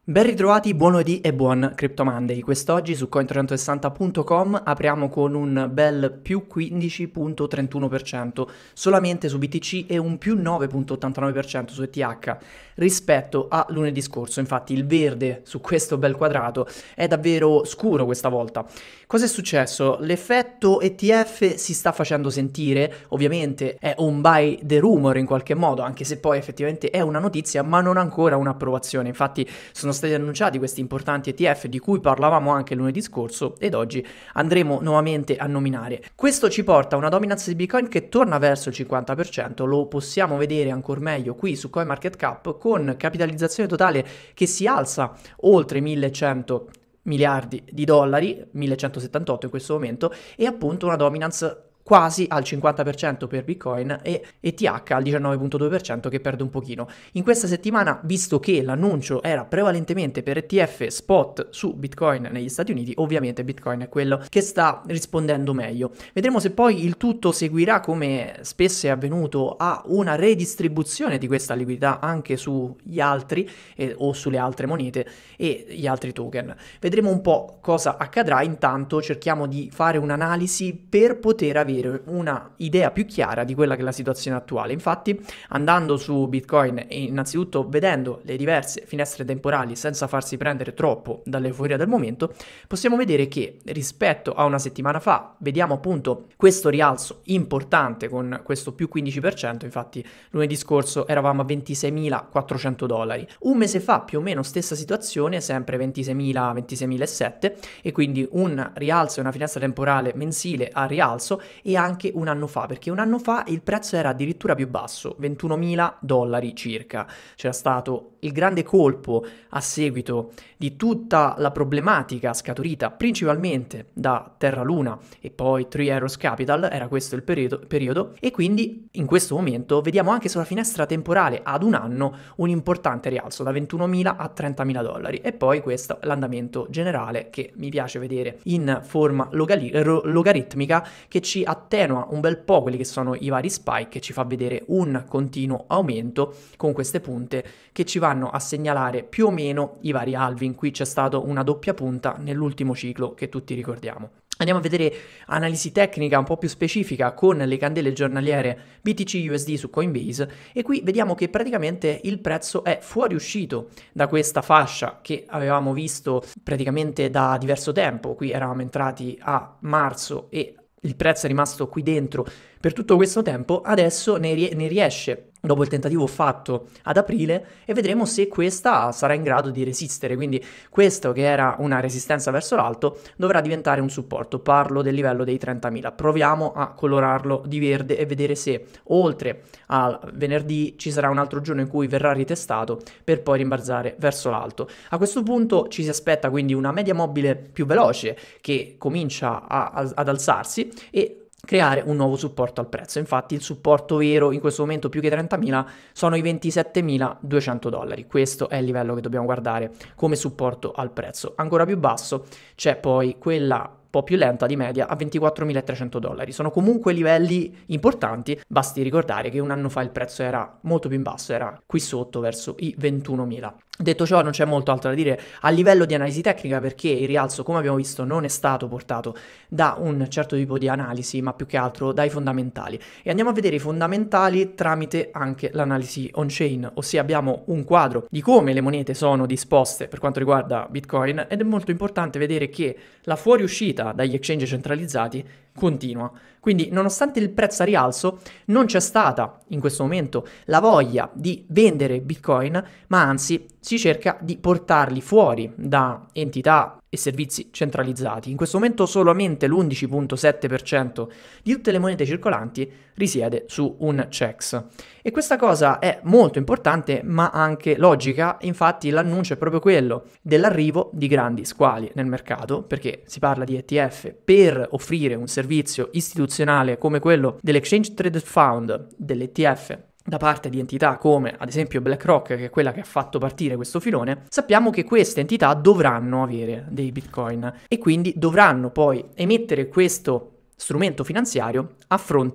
Ben ritrovati, buon lunedì e buon Crypto Monday. Quest'oggi su Coin360.com apriamo con un bel più 15,31% solamente su BTC e un più 9,89% su ETH rispetto a lunedì scorso. Infatti il verde su questo bel quadrato è davvero scuro questa volta. Cosa è successo? L'effetto ETF si sta facendo sentire, ovviamente è un buy the rumor in qualche modo, anche se poi effettivamente è una notizia, ma non ancora un'approvazione. Infatti sono stati annunciati questi importanti ETF di cui parlavamo anche lunedì scorso ed oggi andremo nuovamente a nominare. Questo ci porta a una dominance di Bitcoin che torna verso il 50%, lo possiamo vedere ancora meglio qui su CoinMarketCap con capitalizzazione totale che si alza oltre i 1100 miliardi di dollari, 1178 in questo momento, e appunto una dominance quasi al 50% per Bitcoin e ETH al 19,2% che perde un pochino. In questa settimana, visto che l'annuncio era prevalentemente per ETF spot su Bitcoin negli Stati Uniti, ovviamente Bitcoin è quello che sta rispondendo meglio. Vedremo se poi il tutto seguirà, come spesso è avvenuto, a una redistribuzione di questa liquidità anche sugli altri o sulle altre monete e gli altri token. Vedremo un po' cosa accadrà. Intanto cerchiamo di fare un'analisi per poter avere una idea più chiara di quella che è la situazione attuale. Infatti, andando su Bitcoin e innanzitutto vedendo le diverse finestre temporali senza farsi prendere troppo dall'euforia del momento, possiamo vedere che rispetto a una settimana fa vediamo appunto questo rialzo importante con questo più 15%. Infatti lunedì scorso eravamo a 26.400 dollari. Un mese fa più o meno stessa situazione, sempre 26.000, 26.700, e quindi un rialzo e una finestra temporale mensile a rialzo, e anche un anno fa, perché un anno fa il prezzo era addirittura più basso, 21.000 dollari circa. C'era stato il grande colpo a seguito di tutta la problematica scaturita principalmente da Terra Luna e poi Three Arrows Capital, era questo il periodo, e quindi in questo momento vediamo anche sulla finestra temporale ad un anno un importante rialzo da 21.000 a 30.000 dollari, e poi questo è l'andamento generale che mi piace vedere in forma logaritmica, che ci attenua un bel po' quelli che sono i vari spike e ci fa vedere un continuo aumento con queste punte che ci vanno a segnalare più o meno i vari halving. Qui c'è stato una doppia punta nell'ultimo ciclo che tutti ricordiamo. Andiamo a vedere analisi tecnica un po' più specifica con le candele giornaliere BTC USD su Coinbase, e qui vediamo che praticamente il prezzo è fuoriuscito da questa fascia che avevamo visto praticamente da diverso tempo. Qui eravamo entrati a marzo e il prezzo è rimasto qui dentro per tutto questo tempo. Adesso ne riesce dopo il tentativo fatto ad aprile, e vedremo se questa sarà in grado di resistere. Quindi questo, che era una resistenza verso l'alto, dovrà diventare un supporto. Parlo del livello dei 30.000. Proviamo a colorarlo di verde e vedere se oltre al venerdì ci sarà un altro giorno in cui verrà ritestato per poi rimbalzare verso l'alto. A questo punto ci si aspetta quindi una media mobile più veloce che comincia ad alzarsi e creare un nuovo supporto al prezzo. Infatti il supporto vero in questo momento, più che 30.000, sono i 27.200 dollari. Questo è il livello che dobbiamo guardare come supporto al prezzo. Ancora più basso c'è poi quella un po' più lenta di media a 24.300 dollari. Sono comunque livelli importanti. Basti ricordare che un anno fa il prezzo era molto più in basso, era qui sotto verso i 21.000. Detto ciò, non c'è molto altro da dire a livello di analisi tecnica, perché il rialzo, come abbiamo visto, non è stato portato da un certo tipo di analisi, ma più che altro dai fondamentali. E andiamo a vedere i fondamentali tramite anche l'analisi on-chain, ossia abbiamo un quadro di come le monete sono disposte per quanto riguarda Bitcoin, ed è molto importante vedere che la fuoriuscita dagli exchange centralizzati continua. Quindi, nonostante il prezzo a rialzo, non c'è stata in questo momento la voglia di vendere Bitcoin, ma anzi si cerca di portarli fuori da entità e servizi centralizzati. In questo momento solamente l'11,7% di tutte le monete circolanti risiede su un CEX. E questa cosa è molto importante, ma anche logica. Infatti l'annuncio è proprio quello dell'arrivo di grandi squali nel mercato, perché si parla di ETF per offrire un servizio istituzionale come quello dell'Exchange Traded Fund, dell'ETF, da parte di entità come ad esempio BlackRock, che è quella che ha fatto partire questo filone. Sappiamo che queste entità dovranno avere dei Bitcoin e quindi dovranno poi emettere questo strumento finanziario a fronte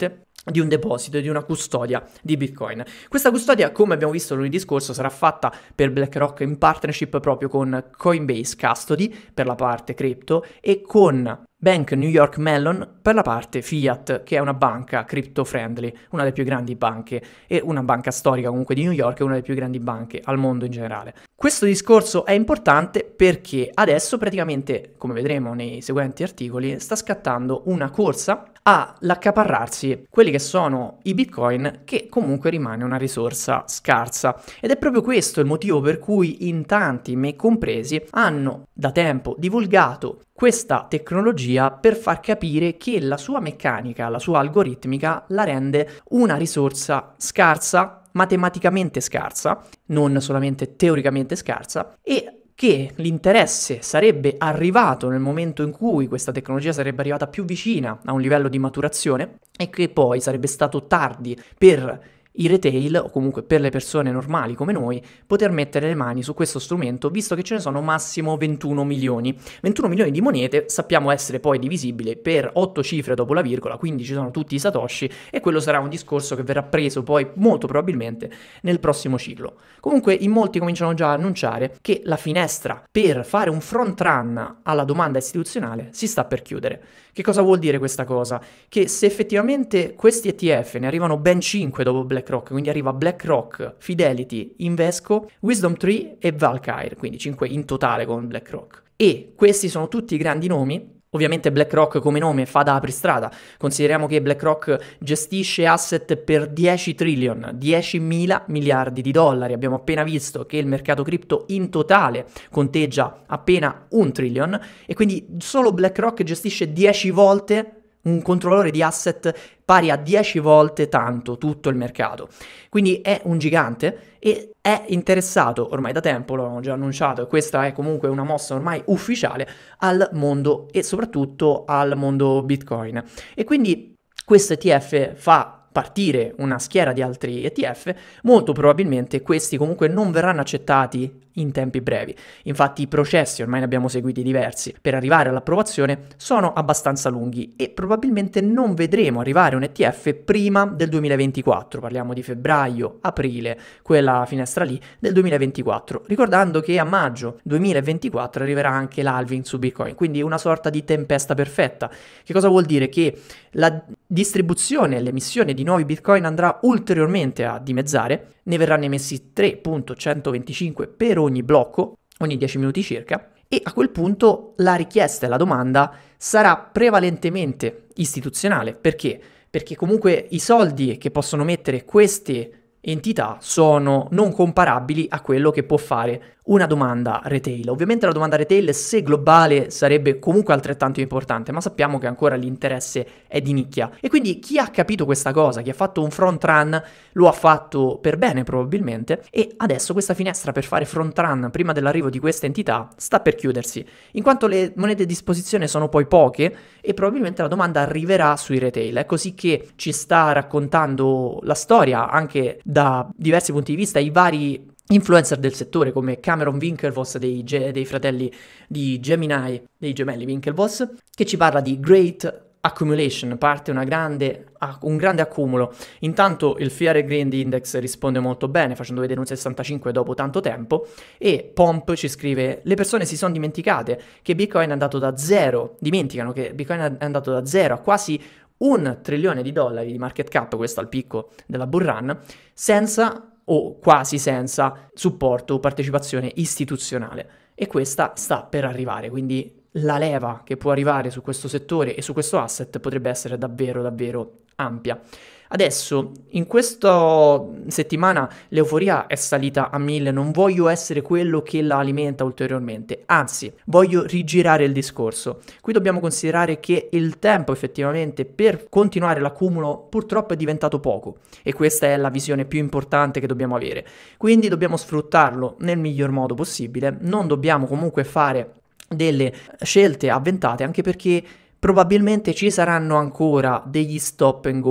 di un deposito, di una custodia di Bitcoin. Questa custodia, come abbiamo visto lunedì scorso, sarà fatta per BlackRock in partnership proprio con Coinbase Custody per la parte crypto e con Bank New York Mellon per la parte fiat, che è una banca crypto friendly, una delle più grandi banche e una banca storica comunque di New York e una delle più grandi banche al mondo in generale. Questo discorso è importante perché adesso praticamente, come vedremo nei seguenti articoli, sta scattando una corsa all'accaparrarsi quelli che sono i bitcoin, che comunque rimane una risorsa scarsa, ed è proprio questo il motivo per cui in tanti, me compresi, hanno da tempo divulgato questa tecnologia per far capire che la sua meccanica, la sua algoritmica la rende una risorsa scarsa, matematicamente scarsa, non solamente teoricamente scarsa, e che l'interesse sarebbe arrivato nel momento in cui questa tecnologia sarebbe arrivata più vicina a un livello di maturazione e che poi sarebbe stato tardi per i retail, o comunque per le persone normali come noi, poter mettere le mani su questo strumento, visto che ce ne sono massimo 21 milioni. 21 milioni di monete sappiamo essere poi divisibili per 8 cifre dopo la virgola, quindi ci sono tutti i satoshi, e quello sarà un discorso che verrà preso poi molto probabilmente nel prossimo ciclo. Comunque in molti cominciano già a annunciare che la finestra per fare un front run alla domanda istituzionale si sta per chiudere. Che cosa vuol dire questa cosa? Che se effettivamente questi ETF ne arrivano ben 5 dopo BlackRock, quindi arriva BlackRock, Fidelity, Invesco, WisdomTree e Valkyrie, quindi 5 in totale con BlackRock. E questi sono tutti grandi nomi. Ovviamente BlackRock come nome fa da apristrada, consideriamo che BlackRock gestisce asset per 10 trillion, 10.000 miliardi di dollari, abbiamo appena visto che il mercato cripto in totale conteggia appena 1 trillion e quindi solo BlackRock gestisce 10 volte un controllore di asset pari a 10 volte tanto tutto il mercato. Quindi è un gigante e è interessato ormai da tempo, l'ho già annunciato, e questa è comunque una mossa ormai ufficiale al mondo e soprattutto al mondo Bitcoin. E quindi questo ETF fa partire una schiera di altri ETF, molto probabilmente questi comunque non verranno accettati in tempi brevi. Infatti i processi, ormai ne abbiamo seguiti diversi, per arrivare all'approvazione sono abbastanza lunghi e probabilmente non vedremo arrivare un ETF prima del 2024, parliamo di febbraio, aprile, quella finestra lì del 2024, ricordando che a maggio 2024 arriverà anche l'halving su Bitcoin, quindi una sorta di tempesta perfetta. Che cosa vuol dire? Che la distribuzione e l'emissione di nuovi Bitcoin andrà ulteriormente a dimezzare, ne verranno emessi 3.125 per ogni blocco, ogni 10 minuti circa, e a quel punto la richiesta e la domanda sarà prevalentemente istituzionale. Perché? Perché comunque i soldi che possono mettere queste entità sono non comparabili a quello che può fare una domanda retail. Ovviamente la domanda retail, se globale, sarebbe comunque altrettanto importante, ma sappiamo che ancora l'interesse è di nicchia. E quindi chi ha capito questa cosa, chi ha fatto un front run, lo ha fatto per bene probabilmente, e adesso questa finestra per fare front run prima dell'arrivo di questa entità sta per chiudersi, in quanto le monete a disposizione sono poi poche e probabilmente la domanda arriverà sui retail. È così che ci sta raccontando la storia anche da diversi punti di vista i vari influencer del settore come Cameron Winklevoss dei fratelli di Gemini, dei gemelli Winklevoss, che ci parla di Great Accumulation, parte un grande accumulo. Intanto il Fear and Greed Index risponde molto bene, facendo vedere un 65 dopo tanto tempo, e Pomp ci scrive: le persone si sono dimenticate che Bitcoin è andato da zero, dimenticano che Bitcoin è andato da zero a quasi $1 trilione di market cap, questo al picco della bull run, senza o quasi senza supporto o partecipazione istituzionale, e questa sta per arrivare, quindi la leva che può arrivare su questo settore e su questo asset potrebbe essere davvero davvero ampia. Adesso, in questa settimana, l'euforia è salita a 1000, non voglio essere quello che la alimenta ulteriormente, anzi, voglio rigirare il discorso. Qui dobbiamo considerare che il tempo effettivamente per continuare l'accumulo purtroppo è diventato poco, e questa è la visione più importante che dobbiamo avere. Quindi dobbiamo sfruttarlo nel miglior modo possibile, non dobbiamo comunque fare delle scelte avventate, anche perché probabilmente ci saranno ancora degli stop and go.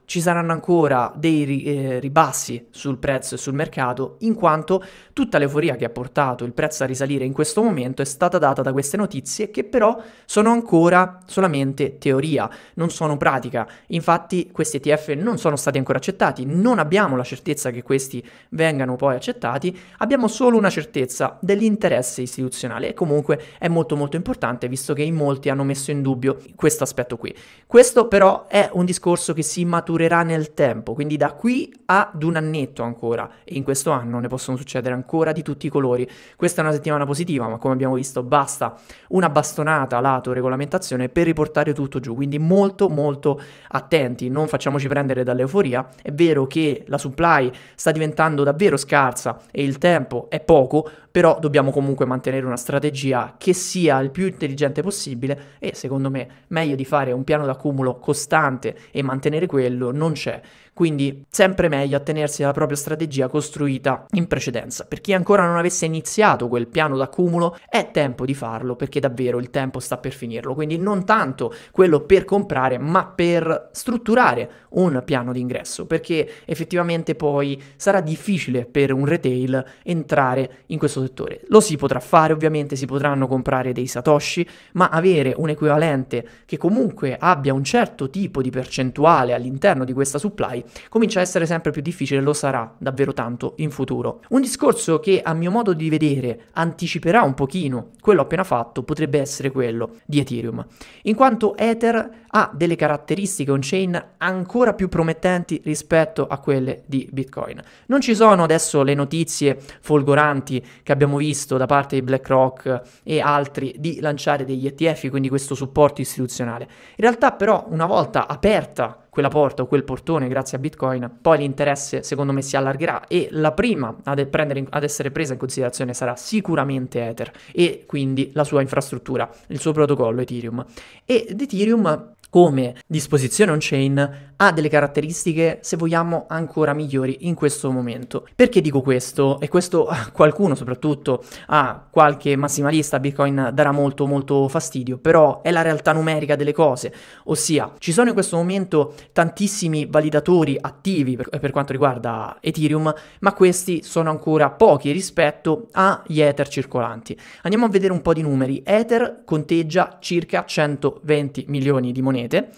ci saranno ancora dei ribassi sul prezzo e sul mercato, in quanto tutta l'euforia che ha portato il prezzo a risalire in questo momento è stata data da queste notizie che però sono ancora solamente teoria, non sono pratica. Infatti questi ETF non sono stati ancora accettati, non abbiamo la certezza che questi vengano poi accettati, abbiamo solo una certezza dell'interesse istituzionale e comunque è molto molto importante visto che in molti hanno messo in dubbio questo aspetto qui. Questo però è un discorso che si maturerà nel tempo, quindi da qui ad un annetto ancora, e in questo anno ne possono succedere ancora di tutti i colori. Questa è una settimana positiva, ma come abbiamo visto basta una bastonata lato regolamentazione per riportare tutto giù, quindi molto molto attenti, non facciamoci prendere dall'euforia. È vero che la supply sta diventando davvero scarsa e il tempo è poco, però dobbiamo comunque mantenere una strategia che sia il più intelligente possibile e secondo me meglio di fare un piano d'accumulo costante e mantenere quello non c'è. Quindi sempre meglio attenersi alla propria strategia costruita in precedenza. Per chi ancora non avesse iniziato quel piano d'accumulo è tempo di farlo perché davvero il tempo sta per finirlo. Quindi non tanto quello per comprare ma per strutturare un piano d'ingresso, perché effettivamente poi sarà difficile per un retail entrare in questo settore. Lo si potrà fare, ovviamente si potranno comprare dei satoshi, ma avere un equivalente che comunque abbia un certo tipo di percentuale all'interno di questa supply comincia a essere sempre più difficile, lo sarà davvero tanto in futuro. Un discorso che a mio modo di vedere anticiperà un pochino quello appena fatto potrebbe essere quello di Ethereum, in quanto Ether ha delle caratteristiche on-chain ancora più promettenti rispetto a quelle di Bitcoin. Non ci sono adesso le notizie folgoranti che abbiamo visto da parte di BlackRock e altri di lanciare degli ETF, quindi questo supporto istituzionale. In realtà però una volta aperta quella porta o quel portone grazie a Bitcoin, poi l'interesse secondo me si allargherà e la prima ad essere presa in considerazione sarà sicuramente Ether e quindi la sua infrastruttura, il suo protocollo Ethereum. Ed Ethereum come disposizione on-chain ha delle caratteristiche, se vogliamo, ancora migliori in questo momento. Perché dico questo? E questo a qualcuno, soprattutto a qualche massimalista a Bitcoin, darà molto molto fastidio, però è la realtà numerica delle cose, ossia ci sono in questo momento tantissimi validatori attivi per quanto riguarda Ethereum, ma questi sono ancora pochi rispetto agli Ether circolanti. Andiamo a vedere un po' di numeri. Ether conteggia circa 120 milioni di monete,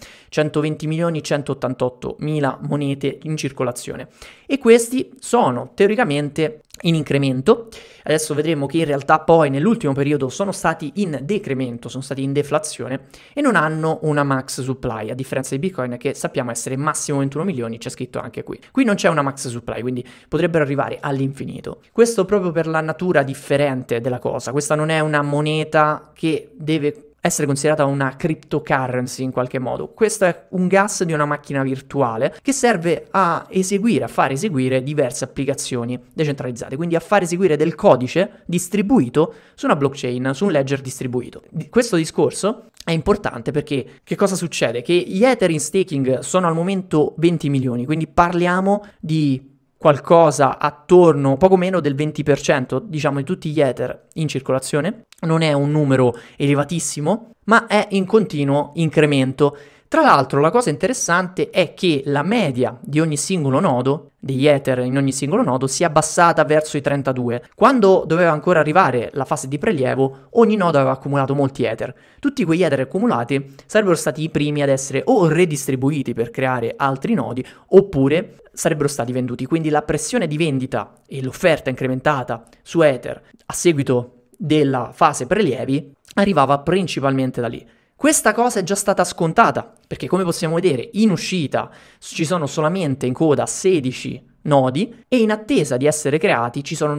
120 milioni 188 mila monete in circolazione e questi sono teoricamente in incremento. Adesso vedremo che in realtà poi nell'ultimo periodo sono stati in decremento, sono stati in deflazione e non hanno una max supply, a differenza di Bitcoin che sappiamo essere massimo 21 milioni, c'è scritto anche qui. Qui non c'è una max supply, quindi potrebbero arrivare all'infinito. Questo proprio per la natura differente della cosa. Questa non è una moneta che deve essere considerata una cryptocurrency in qualche modo. Questo è un gas di una macchina virtuale che serve a fare eseguire diverse applicazioni decentralizzate, quindi a far eseguire del codice distribuito su una blockchain, su un ledger distribuito. Questo discorso è importante perché che cosa succede? Che gli Ether in staking sono al momento 20 milioni, quindi parliamo di qualcosa attorno poco meno del 20%, diciamo, di tutti gli Ether in circolazione. Non è un numero elevatissimo, ma è in continuo incremento. Tra l'altro la cosa interessante è che la media di ogni singolo nodo, degli Ether in ogni singolo nodo, si è abbassata verso i 32. Quando doveva ancora arrivare la fase di prelievo, ogni nodo aveva accumulato molti Ether. Tutti quegli Ether accumulati sarebbero stati i primi ad essere o redistribuiti per creare altri nodi, oppure sarebbero stati venduti. Quindi la pressione di vendita e l'offerta incrementata su Ether a seguito della fase prelievi arrivava principalmente da lì. Questa cosa è già stata scontata, perché come possiamo vedere in uscita ci sono solamente in coda 16 nodi e in attesa di essere creati ci sono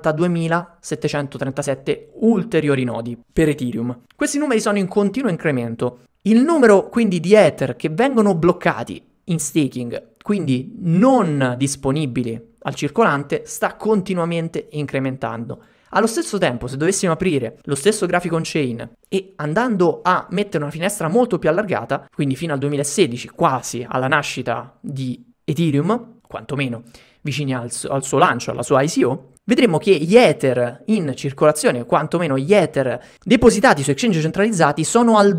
92.737 ulteriori nodi per Ethereum. Questi numeri sono in continuo incremento. Il numero quindi di Ether che vengono bloccati in staking, quindi non disponibili al circolante, sta continuamente incrementando. Allo stesso tempo, se dovessimo aprire lo stesso grafico on-chain e andando a mettere una finestra molto più allargata, quindi fino al 2016, quasi alla nascita di Ethereum, quantomeno vicini al suo lancio, alla sua ICO, vedremo che gli Ether in circolazione, o quantomeno gli Ether depositati su exchange centralizzati, sono al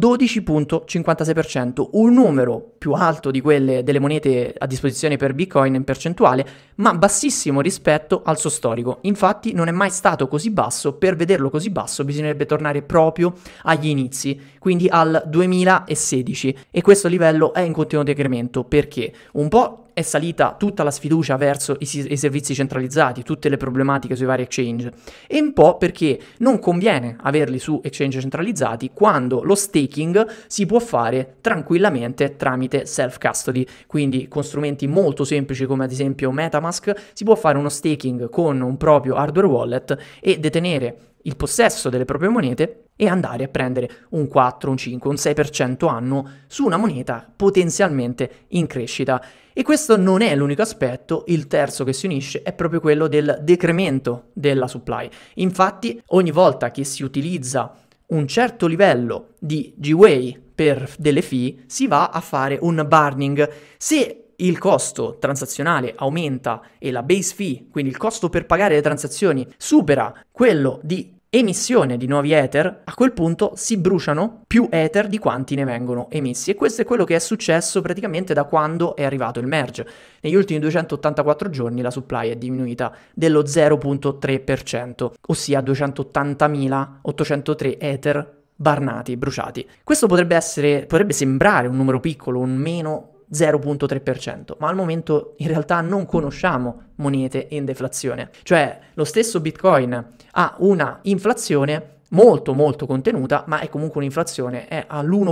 12,56%, un numero più alto di quelle delle monete a disposizione per Bitcoin in percentuale, ma bassissimo rispetto al suo storico. Infatti non è mai stato così basso. Per vederlo così basso bisognerebbe tornare proprio agli inizi, quindi al 2016, e questo livello è in continuo decremento perché un po' è salita tutta la sfiducia verso i servizi centralizzati, tutte le problematiche sui vari exchange, e un po' perché non conviene averli su exchange centralizzati quando lo staking si può fare tranquillamente tramite self-custody, quindi con strumenti molto semplici come ad esempio MetaMask si può fare uno staking con un proprio hardware wallet e detenere il possesso delle proprie monete e andare a prendere un 4, un 5, un 6% annuo su una moneta potenzialmente in crescita. E questo non è l'unico aspetto, il terzo che si unisce è proprio quello del decremento della supply. Infatti ogni volta che si utilizza un certo livello di Gwei per delle fee si va a fare un burning. Se il costo transazionale aumenta e la base fee, quindi il costo per pagare le transazioni, supera quello di emissione di nuovi Ether, a quel punto si bruciano più Ether di quanti ne vengono emessi, e questo è quello che è successo praticamente da quando è arrivato il merge. Negli ultimi 284 giorni la supply è diminuita dello 0,3%, ossia 280.803 Ether barnati, bruciati. Questo potrebbe sembrare un numero piccolo, un meno 0,3%, ma al momento in realtà non conosciamo monete in deflazione. Cioè lo stesso Bitcoin ha una inflazione molto molto contenuta, ma è comunque un'inflazione, è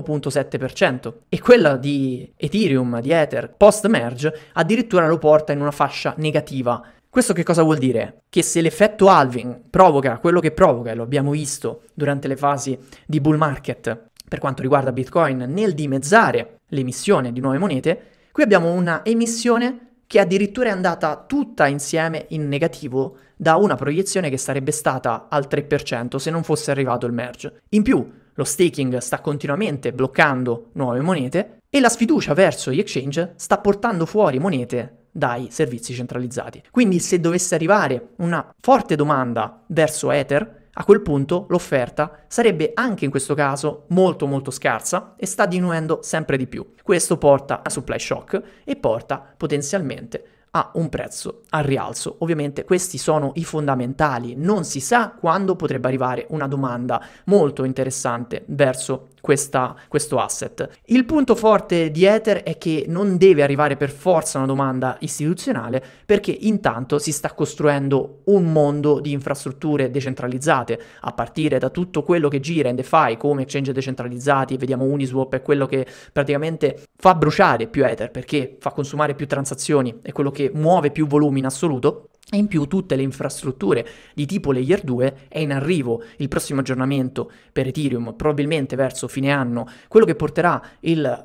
all'1,7%, e quella di Ethereum, di Ether, post-merge, addirittura lo porta in una fascia negativa. Questo che cosa vuol dire? Che se l'effetto halving provoca quello che provoca, e lo abbiamo visto durante le fasi di bull market per quanto riguarda Bitcoin, nel dimezzare l'emissione di nuove monete, qui abbiamo una emissione che addirittura è andata tutta insieme in negativo da una proiezione che sarebbe stata al 3% se non fosse arrivato il merge. In più, lo staking sta continuamente bloccando nuove monete e la sfiducia verso gli exchange sta portando fuori monete dai servizi centralizzati. Quindi se dovesse arrivare una forte domanda verso Ether, a quel punto l'offerta sarebbe anche in questo caso molto molto scarsa e sta diminuendo sempre di più. Questo porta a supply shock e porta potenzialmente a un prezzo al rialzo. Ovviamente questi sono i fondamentali, non si sa quando potrebbe arrivare una domanda molto interessante verso questo asset. Il punto forte di Ether è che non deve arrivare per forza una domanda istituzionale, perché intanto si sta costruendo un mondo di infrastrutture decentralizzate, a partire da tutto quello che gira in DeFi come exchange decentralizzati. Vediamo Uniswap è quello che praticamente fa bruciare più Ether perché fa consumare più transazioni, è quello che muove più volumi in assoluto. E in più tutte le infrastrutture di tipo Layer 2 è in arrivo il prossimo aggiornamento per Ethereum, probabilmente verso fine anno, quello che porterà il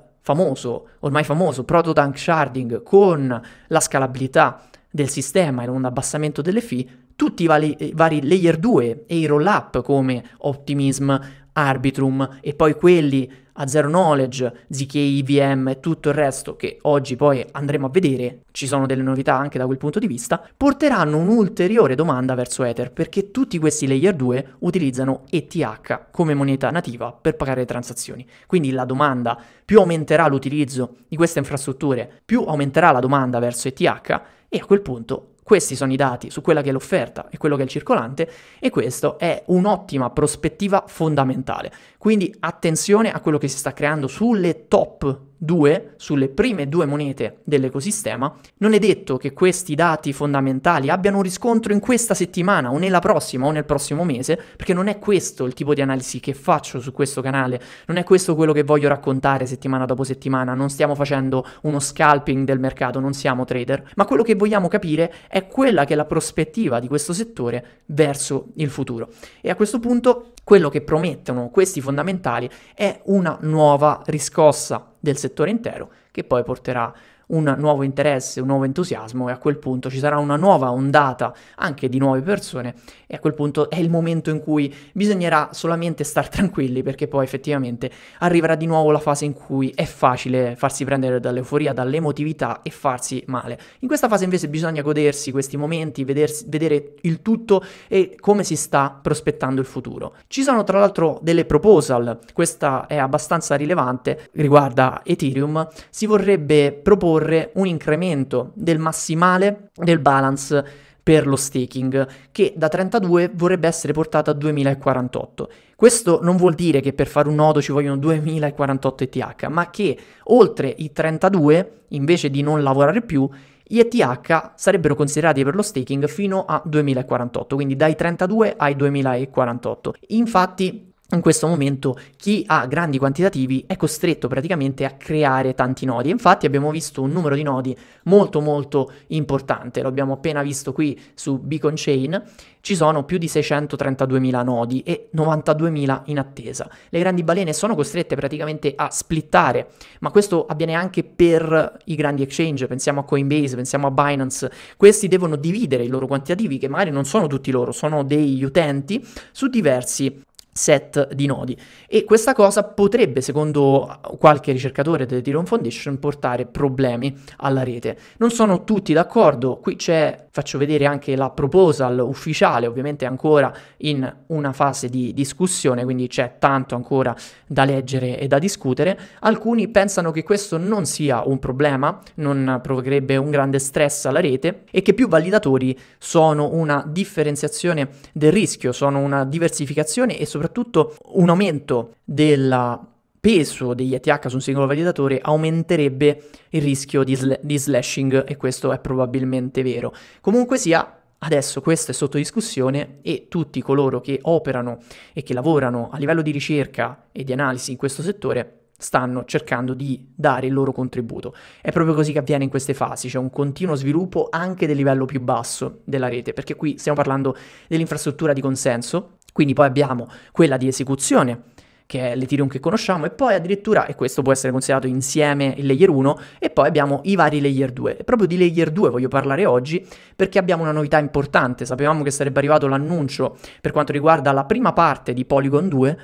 ormai famoso Proto-Tank Sharding con la scalabilità del sistema e un abbassamento delle fee. Tutti i vari Layer 2 e i roll-up come Optimism, Arbitrum e poi quelli a Zero Knowledge, ZK, EVM e tutto il resto che oggi poi andremo a vedere, ci sono delle novità anche da quel punto di vista, porteranno un'ulteriore domanda verso Ether, perché tutti questi Layer 2 utilizzano ETH come moneta nativa per pagare le transazioni. Quindi la domanda, più aumenterà l'utilizzo di queste infrastrutture, più aumenterà la domanda verso ETH, e a quel punto questi sono i dati su quella che è l'offerta e quello che è il circolante, e questo è un'ottima prospettiva fondamentale. Quindi attenzione a quello che si sta creando sulle top 2, sulle prime 2 monete dell'ecosistema. Non è detto che questi dati fondamentali abbiano un riscontro in questa settimana o nella prossima o nel prossimo mese, perché non è questo il tipo di analisi che faccio su questo canale, non è questo quello che voglio raccontare settimana dopo settimana, non stiamo facendo uno scalping del mercato, non siamo trader, ma quello che vogliamo capire è quella che è la prospettiva di questo settore verso il futuro. E a questo punto quello che promettono questi fondamentali è una nuova riscossa del settore intero, che poi porterà un nuovo interesse, un nuovo entusiasmo, e a quel punto ci sarà una nuova ondata anche di nuove persone, e a quel punto è il momento in cui bisognerà solamente star tranquilli, perché poi effettivamente arriverà di nuovo la fase in cui è facile farsi prendere dall'euforia, dall'emotività e farsi male. In questa fase invece bisogna godersi questi momenti, vedere il tutto e come si sta prospettando il futuro. Ci sono tra l'altro delle proposal, questa è abbastanza rilevante, riguarda Ethereum. Si vorrebbe proporre un incremento del massimale del balance per lo staking, che da 32 vorrebbe essere portato a 2048. Questo non vuol dire che per fare un nodo ci vogliono 2048 ETH, ma che oltre i 32, invece di non lavorare più, gli ETH sarebbero considerati per lo staking fino a 2048, quindi dai 32 ai 2048. Infatti, in questo momento chi ha grandi quantitativi è costretto praticamente a creare tanti nodi. Infatti abbiamo visto un numero di nodi molto importante, lo abbiamo appena visto qui su Beacon Chain. Ci sono più di 632.000 nodi e 92.000 in attesa. Le grandi balene sono costrette praticamente a splittare, ma questo avviene anche per i grandi exchange, pensiamo a Coinbase, pensiamo a Binance. Questi devono dividere i loro quantitativi, che magari non sono tutti loro, sono degli utenti, su diversi set di nodi, e questa cosa potrebbe, secondo qualche ricercatore dell'Ethereum Foundation, portare problemi alla rete. Non sono tutti d'accordo. Qui faccio vedere anche la proposal ufficiale, ovviamente ancora in una fase di discussione, quindi c'è tanto ancora da leggere e da discutere. Alcuni pensano che questo non sia un problema, non provocherebbe un grande stress alla rete, e che più validatori sono una differenziazione del rischio, sono una diversificazione e soprattutto un aumento del peso degli ETH su un singolo validatore aumenterebbe il rischio di slashing, e questo è probabilmente vero. Comunque sia, adesso questo è sotto discussione e tutti coloro che operano e che lavorano a livello di ricerca e di analisi in questo settore stanno cercando di dare il loro contributo. È proprio così che avviene in queste fasi, c'è un continuo sviluppo anche del livello più basso della rete, perché qui stiamo parlando dell'infrastruttura di consenso, quindi poi abbiamo quella di esecuzione, che è l'Ethereum che conosciamo, e poi addirittura, e questo può essere considerato insieme il layer 1, e poi abbiamo i vari layer 2. E proprio di layer 2 voglio parlare oggi, perché abbiamo una novità importante. Sapevamo che sarebbe arrivato l'annuncio per quanto riguarda la prima parte di Polygon 2,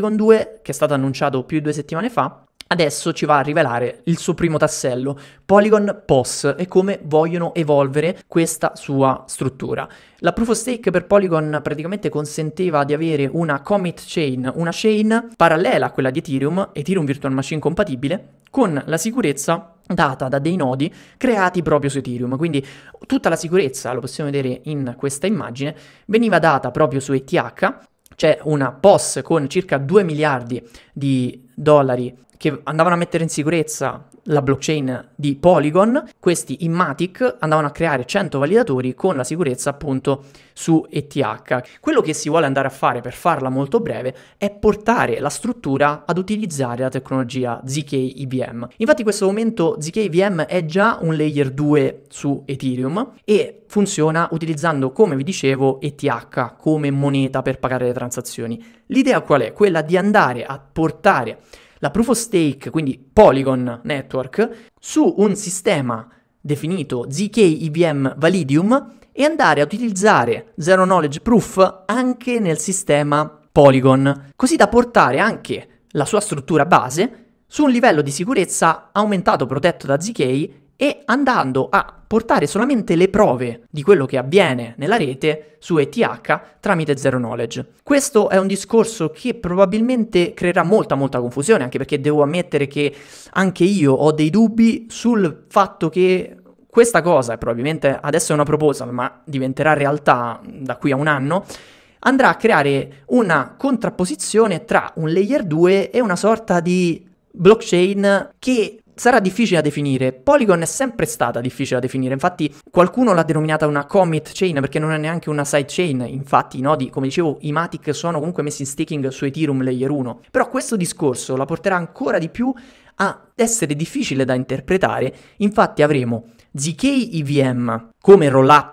che è stato annunciato più di 2 settimane fa. Adesso ci va a rivelare il suo primo tassello, Polygon POS, e come vogliono evolvere questa sua struttura. La Proof of Stake per Polygon praticamente consenteva di avere una commit chain, una chain parallela a quella di Ethereum Virtual Machine compatibile, con la sicurezza data da dei nodi creati proprio su Ethereum. Quindi tutta la sicurezza, lo possiamo vedere in questa immagine, veniva data proprio su ETH. C'è una POS con circa 2 miliardi di dollari che andavano a mettere in sicurezza la blockchain di Polygon. Questi in Matic andavano a creare 100 validatori con la sicurezza appunto su ETH. Quello che si vuole andare a fare, per farla molto breve, è portare la struttura ad utilizzare la tecnologia ZK EVM. Infatti in questo momento ZK EVM è già un layer 2 su Ethereum e funziona utilizzando, come vi dicevo, ETH come moneta per pagare le transazioni. L'idea qual è? Quella di andare a portare la Proof of Stake, quindi Polygon Network, su un sistema definito ZK EVM Validium e andare a utilizzare Zero Knowledge Proof anche nel sistema Polygon, così da portare anche la sua struttura base su un livello di sicurezza aumentato, protetto da ZK, e andando a portare solamente le prove di quello che avviene nella rete su ETH tramite Zero Knowledge. Questo è un discorso che probabilmente creerà molta confusione, anche perché devo ammettere che anche io ho dei dubbi sul fatto che questa cosa, probabilmente adesso è una proposal, ma diventerà realtà da qui a un anno, andrà a creare una contrapposizione tra un layer 2 e una sorta di blockchain che sarà difficile da definire. Polygon è sempre stata difficile da definire, infatti qualcuno l'ha denominata una commit chain perché non è neanche una side chain. Infatti i nodi, come dicevo, i Matic sono comunque messi in staking su Ethereum layer 1, però questo discorso la porterà ancora di più ad essere difficile da interpretare. Infatti avremo ZK EVM come rollup,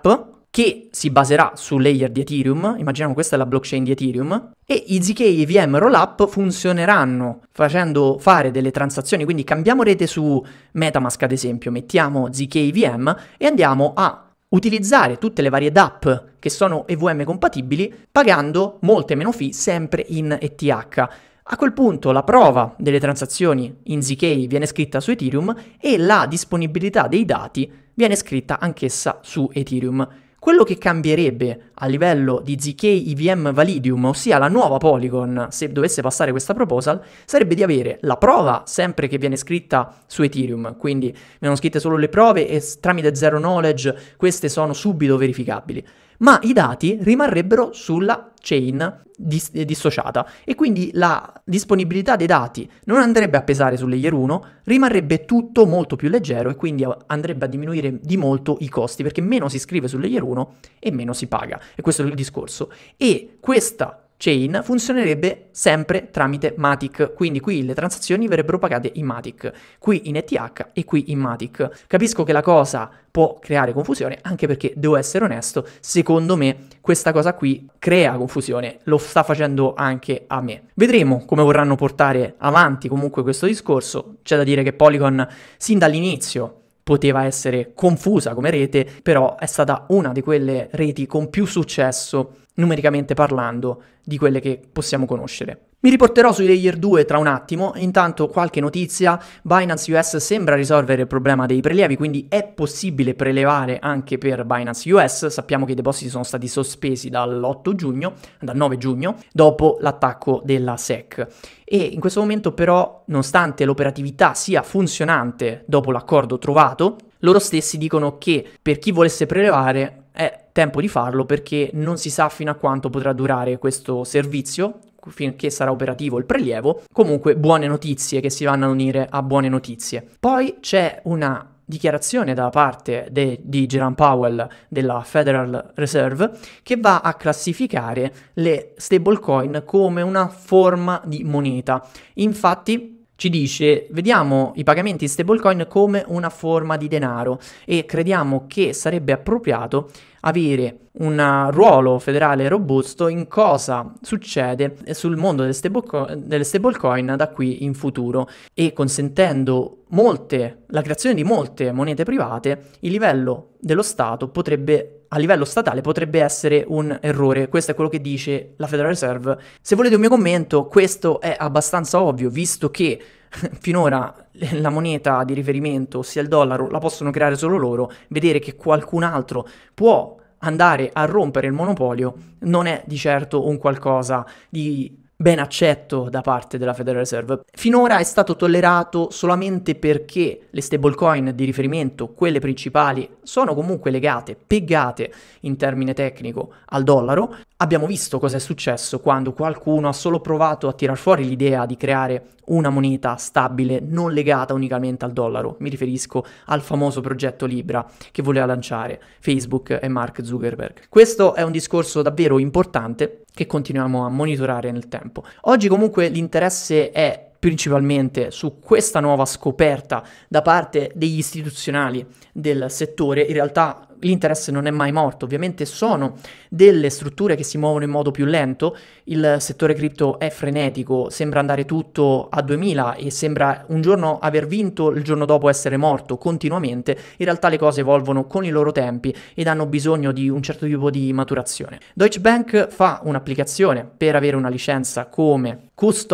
che si baserà sul layer di Ethereum, immaginiamo questa è la blockchain di Ethereum, e i ZK EVM Rollup funzioneranno facendo fare delle transazioni, quindi cambiamo rete su MetaMask ad esempio, mettiamo ZK EVM e andiamo a utilizzare tutte le varie dApp che sono EVM compatibili pagando molte meno fee sempre in ETH. A quel punto la prova delle transazioni in ZK viene scritta su Ethereum e la disponibilità dei dati viene scritta anch'essa su Ethereum. Quello che cambierebbe a livello di ZK EVM Validium, ossia la nuova Polygon, se dovesse passare questa proposal, sarebbe di avere la prova sempre che viene scritta su Ethereum, quindi vengono scritte solo le prove e tramite zero knowledge queste sono subito verificabili, ma i dati rimarrebbero sulla chain dissociata e quindi la disponibilità dei dati non andrebbe a pesare sul layer 1, rimarrebbe tutto molto più leggero e quindi andrebbe a diminuire di molto i costi perché meno si scrive sul layer 1 e meno si paga, e questo è il discorso. E questa chain funzionerebbe sempre tramite Matic, quindi qui le transazioni verrebbero pagate in Matic, qui in ETH e qui in Matic. Capisco che la cosa può creare confusione, anche perché, devo essere onesto, secondo me questa cosa qui crea confusione, lo sta facendo anche a me. Vedremo come vorranno portare avanti comunque questo discorso. C'è da dire che Polygon sin dall'inizio poteva essere confusa come rete, però è stata una di quelle reti con più successo numericamente parlando di quelle che possiamo conoscere. Mi riporterò sui layer 2 tra un attimo, intanto qualche notizia: Binance US sembra risolvere il problema dei prelievi, quindi è possibile prelevare anche per Binance US, sappiamo che i depositi sono stati sospesi dal 9 giugno, dopo l'attacco della SEC. E in questo momento però, nonostante l'operatività sia funzionante dopo l'accordo trovato, loro stessi dicono che per chi volesse prelevare è tempo di farlo perché non si sa fino a quanto potrà durare questo servizio, finché sarà operativo il prelievo. Comunque buone notizie che si vanno a unire a buone notizie. Poi c'è una dichiarazione da parte di Jerome Powell della Federal Reserve che va a classificare le stablecoin come una forma di moneta. Infatti ci dice: vediamo i pagamenti in stablecoin come una forma di denaro e crediamo che sarebbe appropriato avere un ruolo federale robusto in cosa succede sul mondo delle stablecoin da qui in futuro, e consentendo la creazione di molte monete private, il livello dello Stato a livello statale potrebbe essere un errore. Questo è quello che dice la Federal Reserve. Se volete un mio commento, questo è abbastanza ovvio, visto che finora la moneta di riferimento, ossia il dollaro, la possono creare solo loro. Vedere che qualcun altro può andare a rompere il monopolio non è di certo un qualcosa di ben accetto da parte della Federal Reserve. Finora è stato tollerato solamente perché le stablecoin di riferimento, quelle principali, sono comunque pegate in termine tecnico al dollaro. Abbiamo visto cosa è successo quando qualcuno ha solo provato a tirar fuori l'idea di creare una moneta stabile non legata unicamente al dollaro. Mi riferisco al famoso progetto Libra che voleva lanciare Facebook e Mark Zuckerberg. Questo è un discorso davvero importante che continuiamo a monitorare nel tempo. Oggi comunque l'interesse è principalmente su questa nuova scoperta da parte degli istituzionali del settore. In realtà l'interesse non è mai morto, ovviamente sono delle strutture che si muovono in modo più lento, il settore cripto è frenetico, sembra andare tutto a 2000 e sembra un giorno aver vinto, il giorno dopo essere morto continuamente. In realtà le cose evolvono con i loro tempi ed hanno bisogno di un certo tipo di maturazione. Deutsche Bank fa un'applicazione per avere una licenza come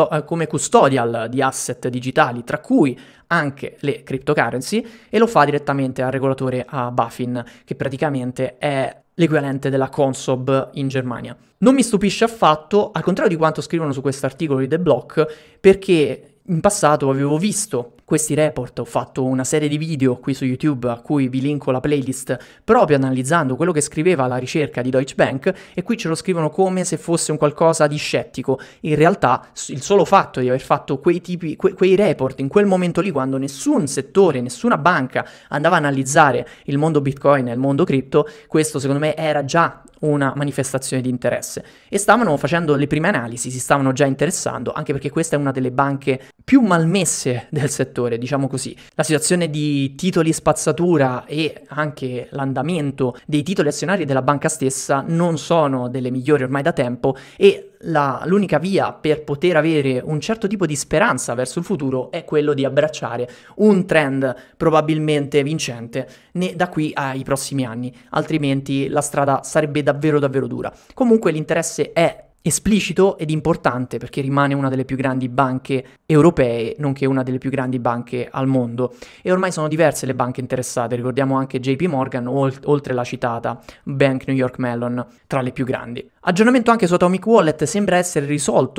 custodial di asset digitali, tra cui anche le cryptocurrency, e lo fa direttamente al regolatore, a BaFin, che praticamente è l'equivalente della Consob in Germania. Non mi stupisce affatto, al contrario di quanto scrivono su questo articolo di The Block, perché in passato avevo visto questi report, ho fatto una serie di video qui su YouTube a cui vi linko la playlist, proprio analizzando quello che scriveva la ricerca di Deutsche Bank, e qui ce lo scrivono come se fosse un qualcosa di scettico. In realtà il solo fatto di aver fatto quei report in quel momento lì, quando nessun settore, nessuna banca andava a analizzare il mondo Bitcoin e il mondo cripto, questo secondo me era già una manifestazione di interesse, e stavano facendo le prime analisi, si stavano già interessando, anche perché questa è una delle banche più malmesse del settore, diciamo così. La situazione di titoli spazzatura e anche l'andamento dei titoli azionari della banca stessa non sono delle migliori ormai da tempo, e l'unica via per poter avere un certo tipo di speranza verso il futuro è quello di abbracciare un trend probabilmente vincente da qui ai prossimi anni, altrimenti la strada sarebbe davvero davvero dura. Comunque l'interesse è esplicito ed importante perché rimane una delle più grandi banche europee, nonché una delle più grandi banche al mondo, e ormai sono diverse le banche interessate, ricordiamo anche JP Morgan, oltre la citata Bank New York Mellon, tra le più grandi. Aggiornamento anche su Atomic Wallet, sembra essere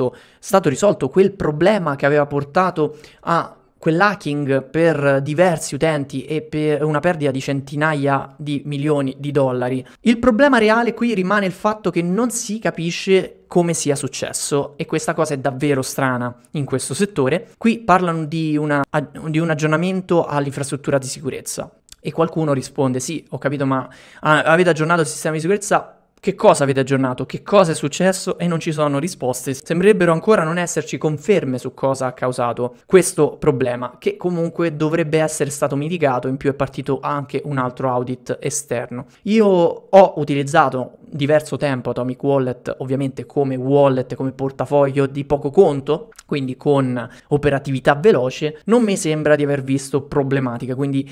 stato risolto quel problema che aveva portato a quell'hacking per diversi utenti e per una perdita di centinaia di milioni di dollari. Il problema reale qui rimane il fatto che non si capisce come sia successo, e questa cosa è davvero strana in questo settore. Qui parlano di un aggiornamento all'infrastruttura di sicurezza e qualcuno risponde: sì, ho capito, ma avete aggiornato il sistema di sicurezza? Che cosa avete aggiornato? Che cosa è successo? E non ci sono risposte. Sembrerebbero ancora non esserci conferme su cosa ha causato questo problema, che comunque dovrebbe essere stato mitigato. In più è partito anche un altro audit esterno. Io ho utilizzato diverso tempo Atomic Wallet, ovviamente come wallet, come portafoglio di poco conto, quindi con operatività veloce. Non mi sembra di aver visto problematica, quindi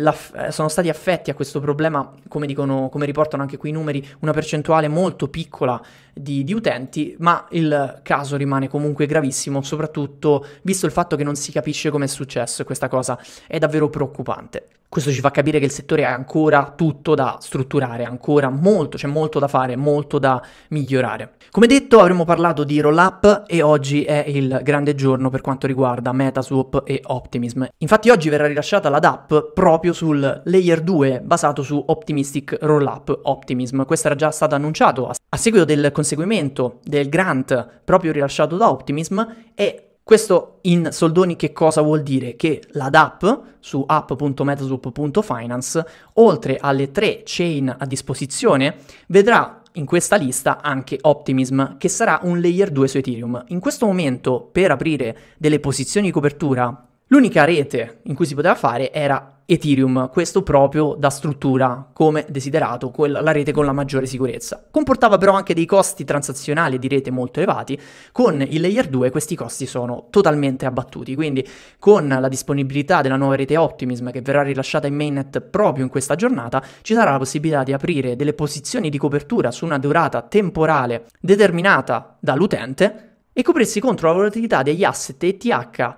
sono stati affetti a questo problema, come riportano anche qui i numeri, una percentuale molto piccola di utenti, ma il caso rimane comunque gravissimo, soprattutto visto il fatto che non si capisce come è successo, e questa cosa è davvero preoccupante. Questo ci fa capire che il settore ha ancora tutto da strutturare, ancora c'è molto da fare, molto da migliorare. Come detto, avremmo parlato di roll-up e oggi è il grande giorno per quanto riguarda Metaswap e Optimism. Infatti oggi verrà rilasciata la DApp proprio sul Layer 2 basato su Optimistic Rollup Optimism. Questo era già stato annunciato a seguito del conseguimento del grant proprio rilasciato da Optimism, e questo in soldoni che cosa vuol dire? Che la DApp su app.metaswap.finance, oltre alle 3 chain a disposizione, vedrà in questa lista anche Optimism, che sarà un layer 2 su Ethereum. In questo momento, per aprire delle posizioni di copertura, l'unica rete in cui si poteva fare era Ethereum, questo proprio da struttura come desiderato, la rete con la maggiore sicurezza. Comportava però anche dei costi transazionali di rete molto elevati. Con il layer 2 questi costi sono totalmente abbattuti, quindi con la disponibilità della nuova rete Optimism, che verrà rilasciata in mainnet proprio in questa giornata, ci sarà la possibilità di aprire delle posizioni di copertura su una durata temporale determinata dall'utente e coprirsi contro la volatilità degli asset ETH,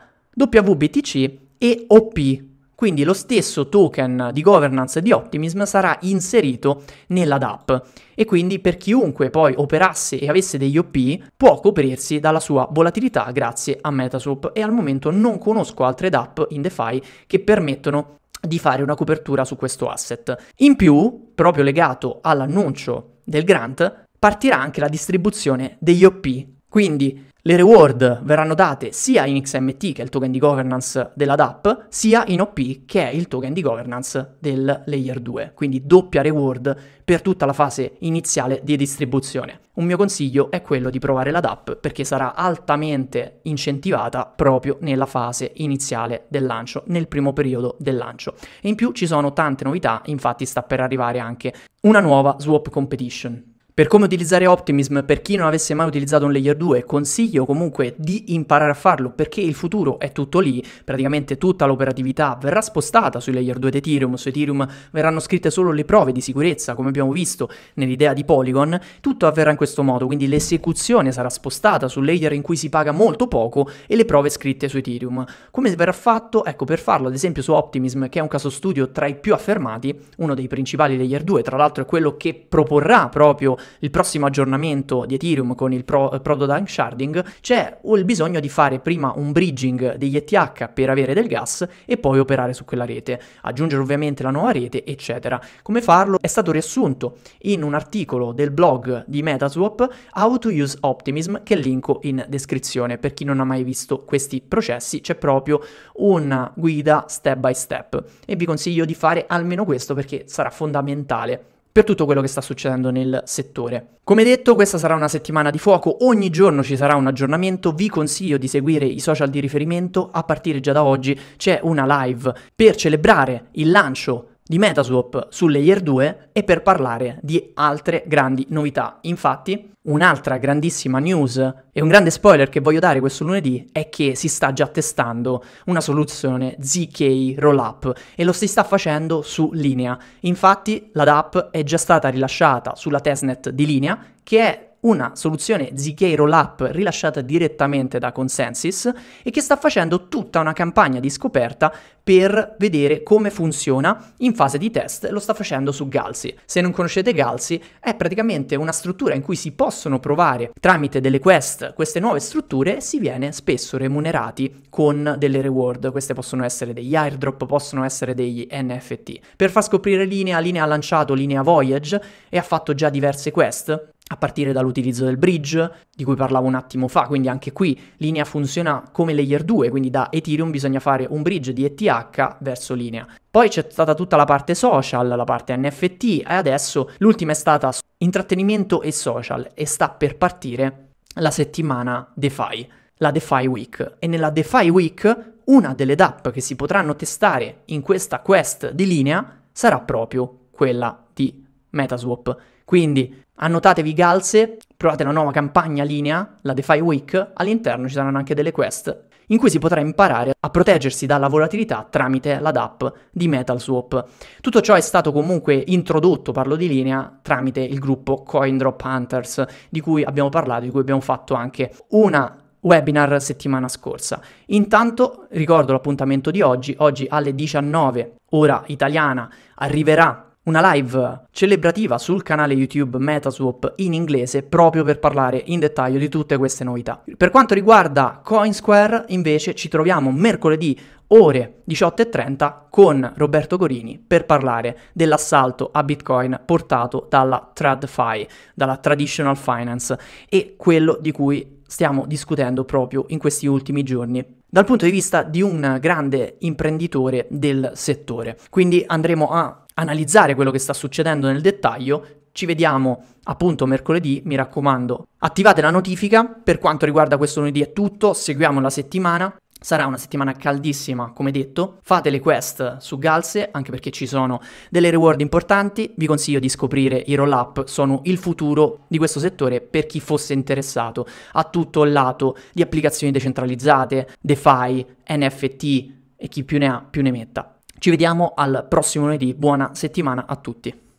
WBTC e OP. Quindi lo stesso token di governance di Optimism sarà inserito nella DApp, e quindi per chiunque poi operasse e avesse degli OP può coprirsi dalla sua volatilità grazie a Metaswap, e al momento non conosco altre DApp in DeFi che permettono di fare una copertura su questo asset. In più, proprio legato all'annuncio del grant, partirà anche la distribuzione degli OP, quindi le reward verranno date sia in XMT, che è il token di governance della DApp, sia in OP, che è il token di governance del Layer 2. Quindi doppia reward per tutta la fase iniziale di distribuzione. Un mio consiglio è quello di provare la DApp, perché sarà altamente incentivata proprio nella fase iniziale del lancio, nel primo periodo del lancio. E in più ci sono tante novità, infatti sta per arrivare anche una nuova swap competition. Per come utilizzare Optimism, per chi non avesse mai utilizzato un Layer 2, consiglio comunque di imparare a farlo, perché il futuro è tutto lì. Praticamente tutta l'operatività verrà spostata sui Layer 2 di Ethereum, su Ethereum verranno scritte solo le prove di sicurezza, come abbiamo visto nell'idea di Polygon. Tutto avverrà in questo modo, quindi l'esecuzione sarà spostata sul layer in cui si paga molto poco e le prove scritte su Ethereum. Come verrà fatto? Ecco, per farlo ad esempio su Optimism, che è un caso studio tra i più affermati, uno dei principali Layer 2, tra l'altro è quello che proporrà proprio il prossimo aggiornamento di Ethereum con il Prototype Sharding, c'è il bisogno di fare prima un bridging degli ETH per avere del gas e poi operare su quella rete, aggiungere ovviamente la nuova rete, eccetera. Come farlo è stato riassunto in un articolo del blog di Metaswap, How to Use Optimism, che linko in descrizione. Per chi non ha mai visto questi processi c'è proprio una guida step by step e vi consiglio di fare almeno questo, perché sarà fondamentale per tutto quello che sta succedendo nel settore. Come detto, questa sarà una settimana di fuoco, ogni giorno ci sarà un aggiornamento, vi consiglio di seguire i social di riferimento, a partire già da oggi c'è una live per celebrare il lancio di Metaswap su Layer 2 e per parlare di altre grandi novità. Infatti, un'altra grandissima news e un grande spoiler che voglio dare questo lunedì è che si sta già testando una soluzione ZK Rollup e lo si sta facendo su Linea. Infatti, la dApp è già stata rilasciata sulla testnet di Linea, che è una soluzione ZK Rollup rilasciata direttamente da Consensys e che sta facendo tutta una campagna di scoperta per vedere come funziona in fase di test. Lo sta facendo su Ghalsy. Se non conoscete Ghalsy, è praticamente una struttura in cui si possono provare tramite delle quest queste nuove strutture e si viene spesso remunerati con delle reward. Queste possono essere degli airdrop, possono essere degli NFT. Per far scoprire Linea ha lanciato Linea Voyage e ha fatto già diverse quest, a partire dall'utilizzo del bridge, di cui parlavo un attimo fa, quindi anche qui Linea funziona come Layer 2, quindi da Ethereum bisogna fare un bridge di ETH verso Linea. Poi c'è stata tutta la parte social, la parte NFT, e adesso l'ultima è stata intrattenimento e social, e sta per partire la settimana DeFi, la DeFi Week. E nella DeFi Week una delle dApp che si potranno testare in questa quest di Linea sarà proprio quella di Metaswap. Quindi annotatevi Ghalsy, provate la nuova campagna Linea, la DeFi Week, all'interno ci saranno anche delle quest in cui si potrà imparare a proteggersi dalla volatilità tramite la dApp di Metaswap. Tutto ciò è stato comunque introdotto, parlo di Linea, tramite il gruppo CoinDrop Hunters, di cui abbiamo parlato, di cui abbiamo fatto anche una webinar settimana scorsa. Intanto ricordo l'appuntamento di oggi alle 19 ora italiana arriverà una live celebrativa sul canale YouTube Metaswap in inglese proprio per parlare in dettaglio di tutte queste novità. Per quanto riguarda Coinsquare invece ci troviamo mercoledì ore 18:30 con Roberto Corini per parlare dell'assalto a Bitcoin portato dalla TradFi, dalla Traditional Finance, e quello di cui stiamo discutendo proprio in questi ultimi giorni dal punto di vista di un grande imprenditore del settore. Quindi andremo a analizzare quello che sta succedendo nel dettaglio. Ci vediamo appunto mercoledì, mi raccomando, attivate la notifica. Per quanto riguarda questo lunedì è tutto, seguiamo la settimana. Sarà una settimana caldissima, come detto. Fate le quest su Ghalsy, anche perché ci sono delle reward importanti. Vi consiglio di scoprire i roll-up, sono il futuro di questo settore per chi fosse interessato a tutto il lato di applicazioni decentralizzate, DeFi, NFT e chi più ne ha più ne metta. Ci vediamo al prossimo lunedì, buona settimana a tutti.